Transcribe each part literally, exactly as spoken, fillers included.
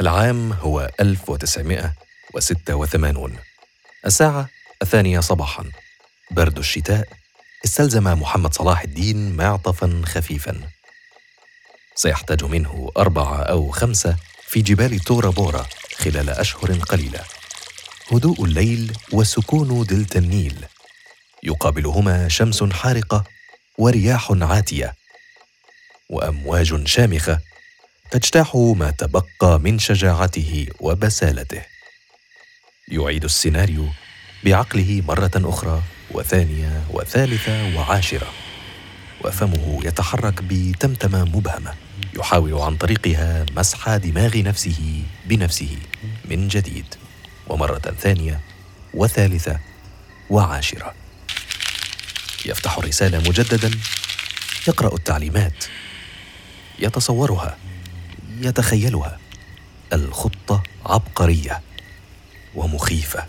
العام هو ألف وتسعمائة وستة وثمانين. الساعة الثانية صباحاً. برد الشتاء استلزم محمد صلاح الدين معطفاً خفيفاً سيحتاج منه أربعة أو خمسة في جبال تورا بورا خلال أشهر قليلة. هدوء الليل وسكون دلتا النيل يقابلهما شمس حارقة ورياح عاتية وأمواج شامخة تجتاح ما تبقى من شجاعته وبسالته. يعيد السيناريو بعقله مرة أخرى وثانية وثالثة وعاشرة، وفمه يتحرك بتمتمة مبهمة يحاول عن طريقها مسح دماغ نفسه بنفسه من جديد، ومرة ثانية وثالثة وعاشرة. يفتح الرسالة مجدداً، يقرأ التعليمات، يتصورها، يتخيلها. الخطة عبقرية ومخيفة.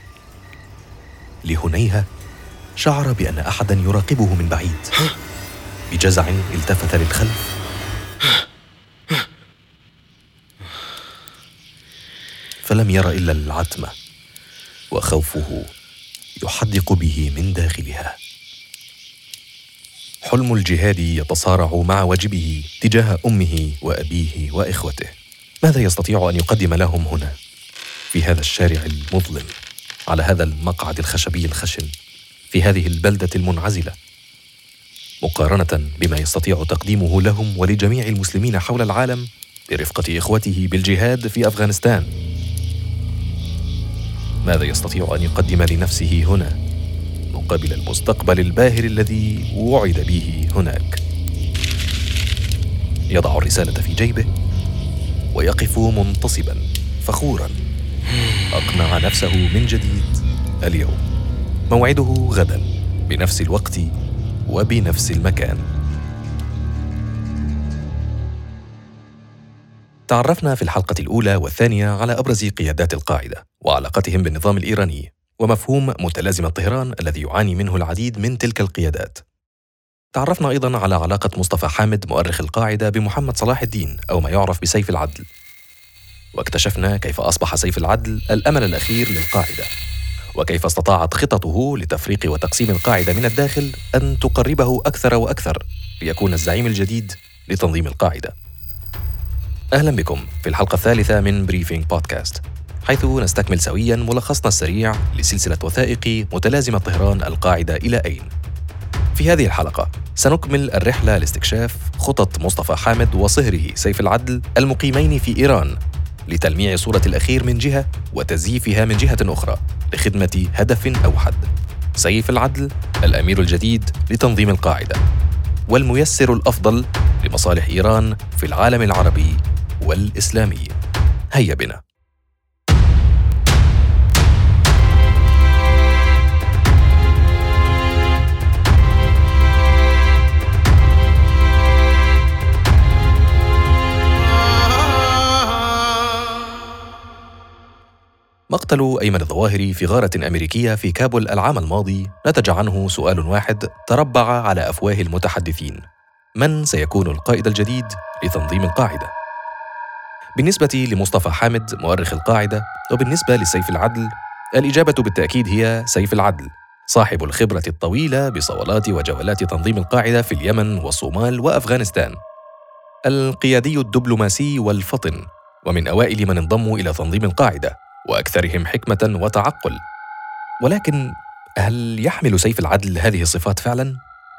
لهنيهة شعر بأن أحداً يراقبه من بعيد. بجزع التفت للخلف فلم ير إلا العتمة، وخوفه يحدق به من داخلها. حلم الجهاد يتصارع مع واجبه تجاه أمه وأبيه وإخوته. ماذا يستطيع أن يقدم لهم هنا في هذا الشارع المظلم، على هذا المقعد الخشبي الخشن، في هذه البلدة المنعزلة، مقارنة بما يستطيع تقديمه لهم ولجميع المسلمين حول العالم برفقة إخوته بالجهاد في أفغانستان؟ ماذا يستطيع أن يقدم لنفسه هنا مقابل المستقبل الباهر الذي وعد به هناك؟ يضع الرسالة في جيبه ويقف منتصبا فخورا. أقنع نفسه من جديد اليوم موعده غدا بنفس الوقت وبنفس المكان. تعرفنا في الحلقة الأولى والثانية على أبرز قيادات القاعدة وعلاقتهم بالنظام الإيراني ومفهوم متلازمة طهران الذي يعاني منه العديد من تلك القيادات. تعرفنا أيضاً على علاقة مصطفى حامد مؤرخ القاعدة بمحمد صلاح الدين أو ما يعرف بسيف العدل، واكتشفنا كيف أصبح سيف العدل الأمل الأخير للقاعدة، وكيف استطاعت خططه لتفريق وتقسيم القاعدة من الداخل أن تقربه أكثر وأكثر ليكون الزعيم الجديد لتنظيم القاعدة. أهلا بكم في الحلقة الثالثة من بريفينج بودكاست، حيث نستكمل سوياً ملخصنا السريع لسلسلة وثائقي متلازمة طهران القاعدة إلى أين. في هذه الحلقة سنكمل الرحلة لاستكشاف خطط مصطفى حامد وصهره سيف العدل المقيمين في إيران لتلميع صورة الأخير من جهة وتزييفها من جهة أخرى لخدمة هدف أوحد: سيف العدل الأمير الجديد لتنظيم القاعدة والميسر الأفضل لمصالح إيران في العالم العربي والإسلامي. هيا بنا. مقتل أيمن الظواهري في غارة أمريكية في كابول العام الماضي نتج عنه سؤال واحد تربع على أفواه المتحدثين: من سيكون القائد الجديد لتنظيم القاعدة؟ بالنسبة لمصطفى حامد مؤرخ القاعدة وبالنسبة لسيف العدل، الإجابة بالتأكيد هي سيف العدل، صاحب الخبرة الطويلة بصولات وجولات تنظيم القاعدة في اليمن والصومال وأفغانستان، القيادي الدبلوماسي والفطن، ومن أوائل من انضموا إلى تنظيم القاعدة وأكثرهم حكمة وتعقل. ولكن هل يحمل سيف العدل هذه الصفات فعلاً؟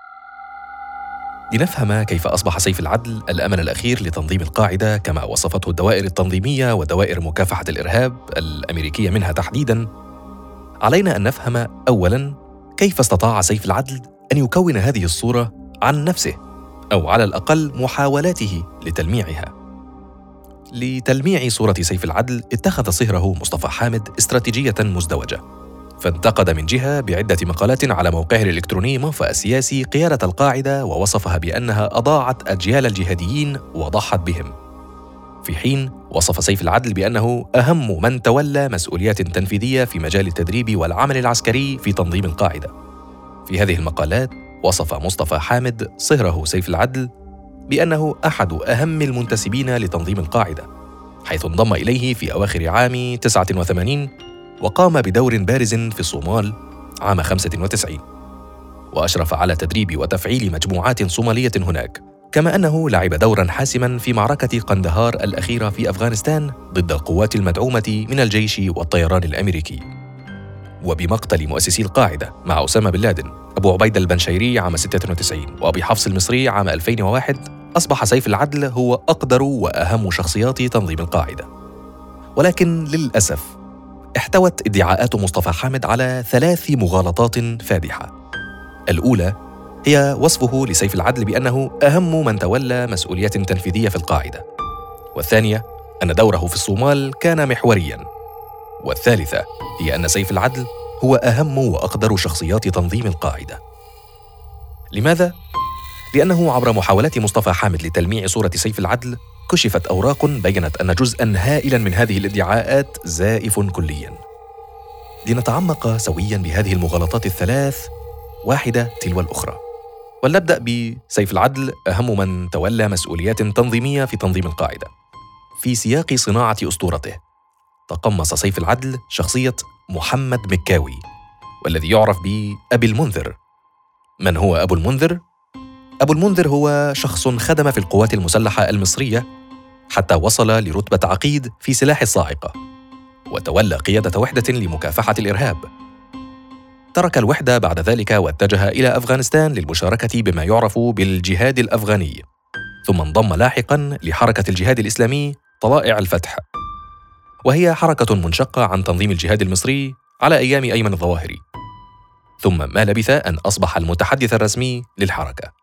لنفهم كيف أصبح سيف العدل الأمل الأخير لتنظيم القاعدة كما وصفته الدوائر التنظيمية ودوائر مكافحة الإرهاب الأمريكية منها تحديداً، علينا أن نفهم أولاً كيف استطاع سيف العدل أن يكون هذه الصورة عن نفسه، أو على الأقل محاولاته لتلميعها. لتلميع صورة سيف العدل اتخذ صهره مصطفى حامد استراتيجية مزدوجة، فانتقد من جهة بعدة مقالات على موقعه الإلكتروني منفى السياسي قيادة القاعدة ووصفها بأنها أضاعت أجيال الجهاديين وضحت بهم، في حين وصف سيف العدل بأنه أهم من تولى مسؤوليات تنفيذية في مجال التدريب والعمل العسكري في تنظيم القاعدة. في هذه المقالات وصف مصطفى حامد صهره سيف العدل بأنه أحد أهم المنتسبين لتنظيم القاعدة، حيث انضم إليه في أواخر عام تسعة وثمانين وقام بدور بارز في الصومال عام خمسة وتسعين، وأشرف على تدريب وتفعيل مجموعات صومالية هناك، كما أنه لعب دورا حاسما في معركة قندهار الأخيرة في أفغانستان ضد القوات المدعومة من الجيش والطيران الأمريكي. وبمقتل مؤسسي القاعدة مع أسامة بن لادن، أبو عبيدة البنشيري عام ستة وتسعين وأبي حفص المصري عام ألفين وواحد، أصبح سيف العدل هو أقدر وأهم شخصيات تنظيم القاعدة. ولكن للأسف احتوت ادعاءات مصطفى حامد على ثلاث مغالطات فادحة. الأولى هي وصفه لسيف العدل بأنه أهم من تولى مسؤولية تنفيذية في القاعدة، والثانية أن دوره في الصومال كان محورياً، والثالثة هي أن سيف العدل هو أهم وأقدر شخصيات تنظيم القاعدة. لماذا؟ لأنه عبر محاولات مصطفى حامد لتلميع صورة سيف العدل كشفت أوراق بيّنت أن جزءاً هائلاً من هذه الادعاءات زائف كلياً. لنتعمق سوياً بهذه المغالطات الثلاث واحدة تلو الأخرى، ولنبدأ بسيف العدل أهم من تولى مسؤوليات تنظيمية في تنظيم القاعدة. في سياق صناعة أسطورته، تقمص سيف العدل شخصية محمد مكاوي، والذي يعرف بأبي المنذر. من هو أبو المنذر؟ أبو المنذر هو شخص خدم في القوات المسلحة المصرية حتى وصل لرتبة عقيد في سلاح الصاعقة، وتولى قيادة وحدة لمكافحة الإرهاب. ترك الوحدة بعد ذلك واتجه إلى أفغانستان للمشاركة بما يعرف بالجهاد الأفغاني، ثم انضم لاحقاً لحركة الجهاد الإسلامي طلائع الفتح، وهي حركة منشقة عن تنظيم الجهاد المصري على أيام أيمن الظواهري، ثم ما لبث أن أصبح المتحدث الرسمي للحركة.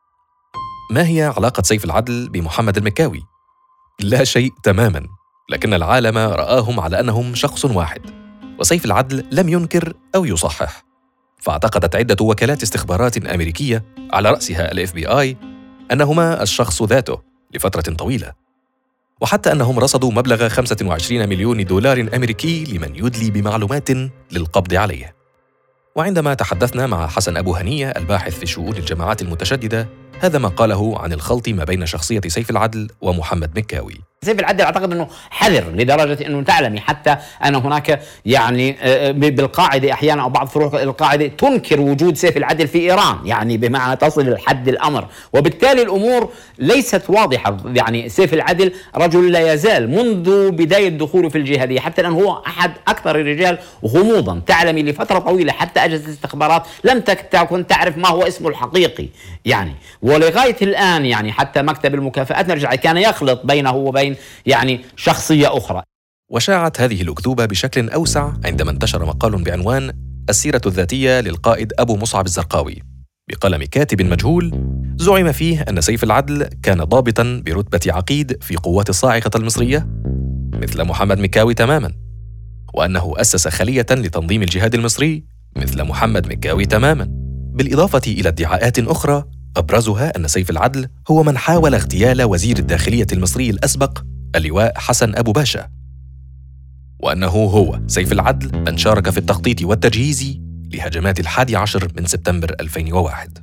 ما هي علاقة سيف العدل بمحمد المكاوي؟ لا شيء تماماً، لكن العالم رآهم على أنهم شخص واحد، وسيف العدل لم ينكر أو يصحح. فاعتقدت عدة وكالات استخبارات أمريكية على رأسها ال إف بي آي أنهما الشخص ذاته لفترة طويلة، وحتى أنهم رصدوا مبلغ خمسة وعشرين مليون دولار أمريكي لمن يدلي بمعلومات للقبض عليه. وعندما تحدثنا مع حسن أبو هنية الباحث في شؤون الجماعات المتشددة، هذا ما قاله عن الخلط ما بين شخصية سيف العدل ومحمد مكاوي. سيف العدل أعتقد أنه حذر لدرجة أنه تعلمي حتى أن هناك يعني بالقاعدة أحيانا أو بعض فروع القاعدة تنكر وجود سيف العدل في إيران، يعني بمعنى تصل لحد الأمر، وبالتالي الأمور ليست واضحة. يعني سيف العدل رجل لا يزال منذ بداية دخوله في الجهادية حتى الآن هو أحد أكثر الرجال غموضا. تعلمي لفترة طويلة حتى أجهزة الاستخبارات لم تكن تعرف ما هو اسمه الحقيقي، يعني ولغاية الآن يعني حتى مكتب المكافآت نرجع كان يخلط بينه وبين يعني شخصية أخرى. وشاعت هذه الأكذوبة بشكل أوسع عندما انتشر مقال بعنوان السيرة الذاتية للقائد أبو مصعب الزرقاوي بقلم كاتب مجهول، زعم فيه أن سيف العدل كان ضابطاً برتبة عقيد في قوات الصاعقة المصرية مثل محمد مكاوي تماماً، وأنه أسس خلية لتنظيم الجهاد المصري مثل محمد مكاوي تماماً، بالإضافة إلى ادعاءات أخرى أبرزها أن سيف العدل هو من حاول اغتيال وزير الداخلية المصري الأسبق اللواء حسن أبو باشا، وأنه هو سيف العدل من شارك في التخطيط والتجهيز لهجمات الحادي عشر من سبتمبر ألفين وواحد.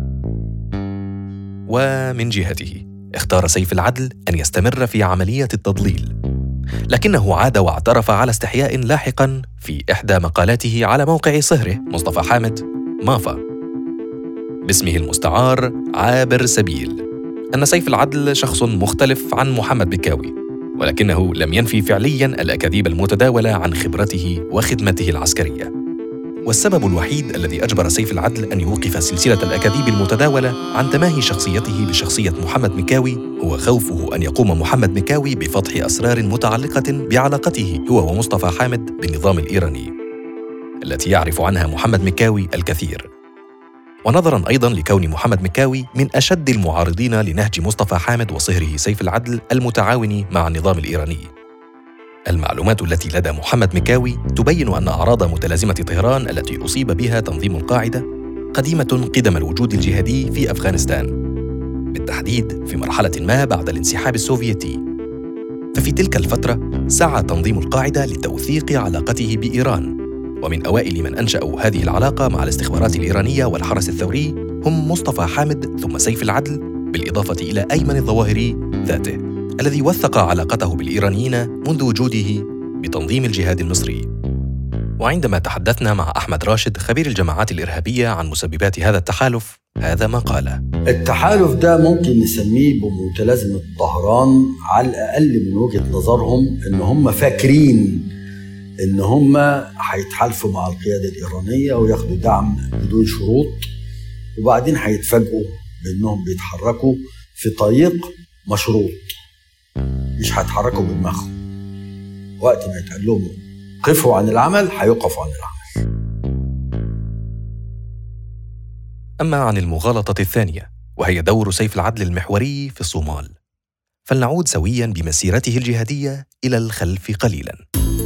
ومن جهته اختار سيف العدل أن يستمر في عملية التضليل، لكنه عاد واعترف على استحياء لاحقاً في إحدى مقالاته على موقع صهره مصطفى حامد مافا باسمه المستعار عابر سبيل أن سيف العدل شخص مختلف عن محمد مكاوي، ولكنه لم ينفي فعلياً الأكاذيب المتداولة عن خبرته وخدمته العسكرية. والسبب الوحيد الذي أجبر سيف العدل أن يوقف سلسلة الأكاذيب المتداولة عن تماهي شخصيته بشخصية محمد مكاوي هو خوفه أن يقوم محمد مكاوي بفتح أسرار متعلقة بعلاقته هو ومصطفى حامد بالنظام الإيراني التي يعرف عنها محمد مكاوي الكثير، ونظراً أيضاً لكون محمد مكاوي من أشد المعارضين لنهج مصطفى حامد وصهره سيف العدل المتعاون مع النظام الإيراني. المعلومات التي لدى محمد مكاوي تبين أن أعراض متلازمة طهران التي أصيب بها تنظيم القاعدة قديمة قدم الوجود الجهادي في أفغانستان، بالتحديد في مرحلة ما بعد الانسحاب السوفيتي. ففي تلك الفترة سعى تنظيم القاعدة لتوثيق علاقته بإيران، ومن أوائل من أنشأوا هذه العلاقة مع الاستخبارات الإيرانية والحرس الثوري هم مصطفى حامد ثم سيف العدل، بالإضافة إلى أيمن الظواهري ذاته. الذي وثق علاقته بالإيرانيين منذ وجوده بتنظيم الجهاد المصري. وعندما تحدثنا مع أحمد راشد خبير الجماعات الإرهابية عن مسببات هذا التحالف، هذا ما قال: التحالف ده ممكن نسميه بمتلازمة طهران، على الأقل من وجهة نظرهم إن هم فاكرين إن هم هيتحالفوا مع القيادة الإيرانية وياخدوا دعم بدون شروط، وبعدين هيتفاجئوا بأنهم بيتحركوا في طريق مشروط، مش هيتحركوا بدماغهم. وقت ما يتقال لهم قفوا عن العمل هيقفوا عن العمل. أما عن المغالطة الثانية، وهي دور سيف العدل المحوري في الصومال، فلنعود سوياً بمسيرته الجهادية إلى الخلف قليلاً.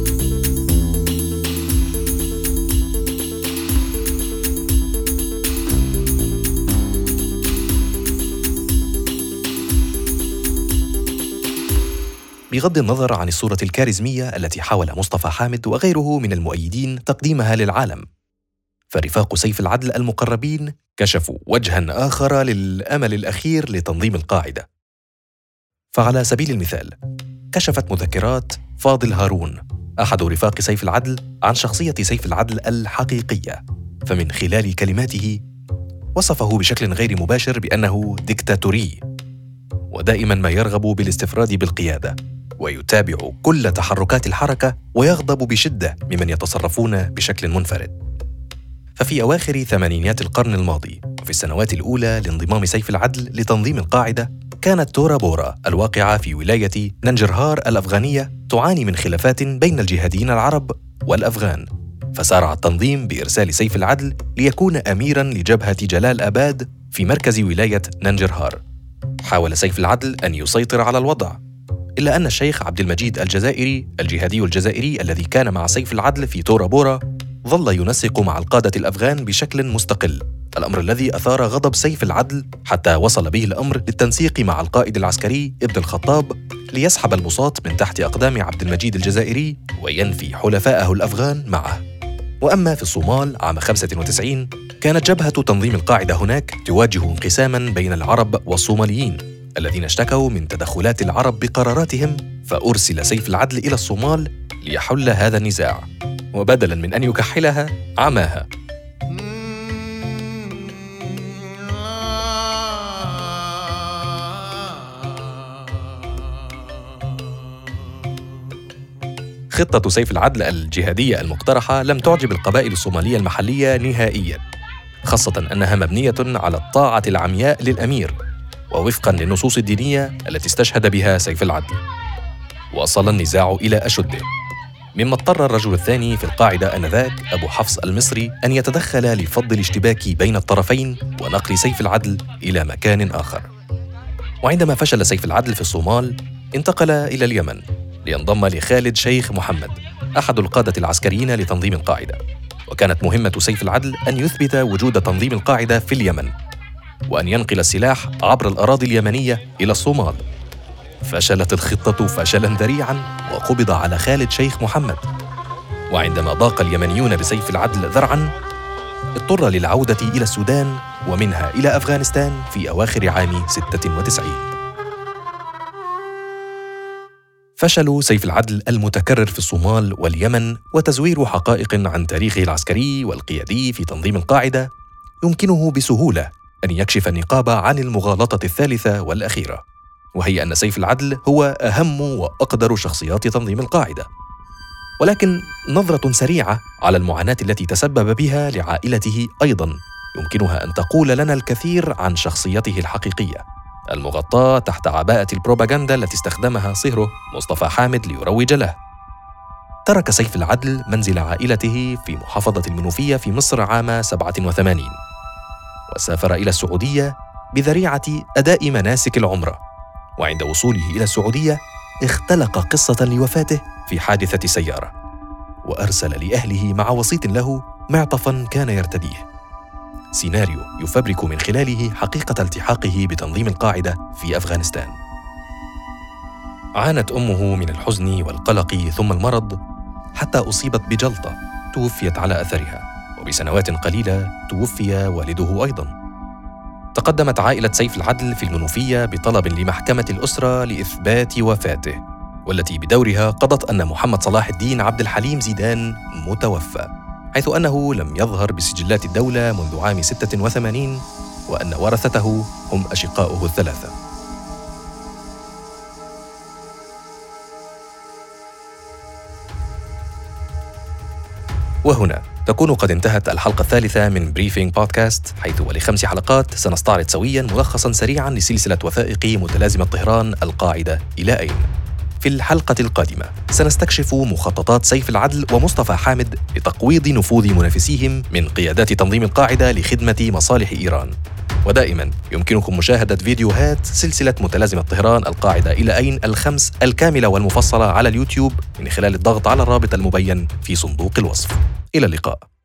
بغض النظر عن الصورة الكاريزمية التي حاول مصطفى حامد وغيره من المؤيدين تقديمها للعالم، فرفاق سيف العدل المقربين كشفوا وجهاً آخر للأمل الأخير لتنظيم القاعدة. فعلى سبيل المثال، كشفت مذكرات فاضل هارون أحد رفاق سيف العدل عن شخصية سيف العدل الحقيقية، فمن خلال كلماته وصفه بشكل غير مباشر بأنه ديكتاتوري، ودائماً ما يرغب بالاستفراد بالقيادة، ويتابع كل تحركات الحركة ويغضب بشدة ممن يتصرفون بشكل منفرد. ففي أواخر ثمانينيات القرن الماضي وفي السنوات الأولى لانضمام سيف العدل لتنظيم القاعدة، كانت تورا بورا الواقعة في ولاية ننجرهار الأفغانية تعاني من خلافات بين الجهاديين العرب والأفغان، فسارع التنظيم بإرسال سيف العدل ليكون أميراً لجبهة جلال آباد في مركز ولاية ننجرهار. حاول سيف العدل أن يسيطر على الوضع، إلا أن الشيخ عبد المجيد الجزائري الجهادي الجزائري الذي كان مع سيف العدل في تورا بورا ظل ينسق مع القادة الأفغان بشكل مستقل، الأمر الذي أثار غضب سيف العدل حتى وصل به الأمر للتنسيق مع القائد العسكري ابن الخطاب ليسحب البساط من تحت أقدام عبد المجيد الجزائري وينفي حلفائه الأفغان معه. وأما في الصومال عام خمسة وتسعين، كانت جبهة تنظيم القاعدة هناك تواجه انقساماً بين العرب والصوماليين الذين اشتكوا من تدخلات العرب بقراراتهم، فأرسل سيف العدل إلى الصومال ليحل هذا النزاع، وبدلاً من أن يكحلها عماها. خطة سيف العدل الجهادية المقترحة لم تعجب القبائل الصومالية المحلية نهائياً، خاصة أنها مبنية على الطاعة العمياء للأمير ووفقاً للنصوص الدينية التي استشهد بها سيف العدل. وصل النزاع إلى أشده، مما اضطر الرجل الثاني في القاعدة آنذاك أبو حفص المصري أن يتدخل لفض الاشتباك بين الطرفين ونقل سيف العدل إلى مكان آخر. وعندما فشل سيف العدل في الصومال، انتقل إلى اليمن لينضم لخالد شيخ محمد أحد القادة العسكريين لتنظيم القاعدة. وكانت مهمة سيف العدل أن يثبت وجود تنظيم القاعدة في اليمن، وأن ينقل السلاح عبر الأراضي اليمنية إلى الصومال. فشلت الخطة فشلاً ذريعاً، وقبض على خالد شيخ محمد. وعندما ضاق اليمنيون بسيف العدل ذرعاً، اضطر للعودة إلى السودان ومنها إلى أفغانستان في أواخر عام ستة وتسعين. فشل سيف العدل المتكرر في الصومال واليمن وتزوير حقائق عن تاريخه العسكري والقيادي في تنظيم القاعدة يمكنه بسهولة أن يكشف النقاب عن المغالطة الثالثة والأخيرة، وهي أن سيف العدل هو أهم وأقدر شخصيات تنظيم القاعدة. ولكن نظرة سريعة على المعاناة التي تسبب بها لعائلته أيضاً يمكنها أن تقول لنا الكثير عن شخصيته الحقيقية، المغطاة تحت عباءة البروباغندا التي استخدمها صهره مصطفى حامد ليروج له. ترك سيف العدل منزل عائلته في محافظة المنوفية في مصر عام سبعة وثمانين، وسافر إلى السعودية بذريعة أداء مناسك العمرة. وعند وصوله إلى السعودية اختلق قصة لوفاته في حادثة سيارة، وأرسل لأهله مع وسيط له معطفاً كان يرتديه، سيناريو يفبرك من خلاله حقيقة التحاقه بتنظيم القاعدة في أفغانستان. عانت أمه من الحزن والقلق ثم المرض حتى أصيبت بجلطة توفيت على أثرها، وبسنوات قليلة توفي والده أيضاً. تقدمت عائلة سيف العدل في المنوفية بطلب لمحكمة الأسرة لإثبات وفاته، والتي بدورها قضت أن محمد صلاح الدين عبد الحليم زيدان متوفى، حيث أنه لم يظهر بسجلات الدولة منذ عام ستة وثمانين، وأن ورثته هم أشقاؤه الثلاثة. وهنا تكون قد انتهت الحلقة الثالثة من بريفينج بودكاست، حيث ولخمس حلقات سنستعرض سوياً ملخصاً سريعاً لسلسلة وثائق متلازمة طهران القاعدة إلى أين؟ في الحلقة القادمة سنستكشف مخططات سيف العدل ومصطفى حامد لتقويض نفوذ منافسيهم من قيادات تنظيم القاعدة لخدمة مصالح إيران. ودائماً يمكنكم مشاهدة فيديوهات سلسلة متلازمة طهران القاعدة إلى أين الخمس الكاملة والمفصلة على اليوتيوب من خلال الضغط على الرابط المبين في صندوق الوصف. إلى اللقاء.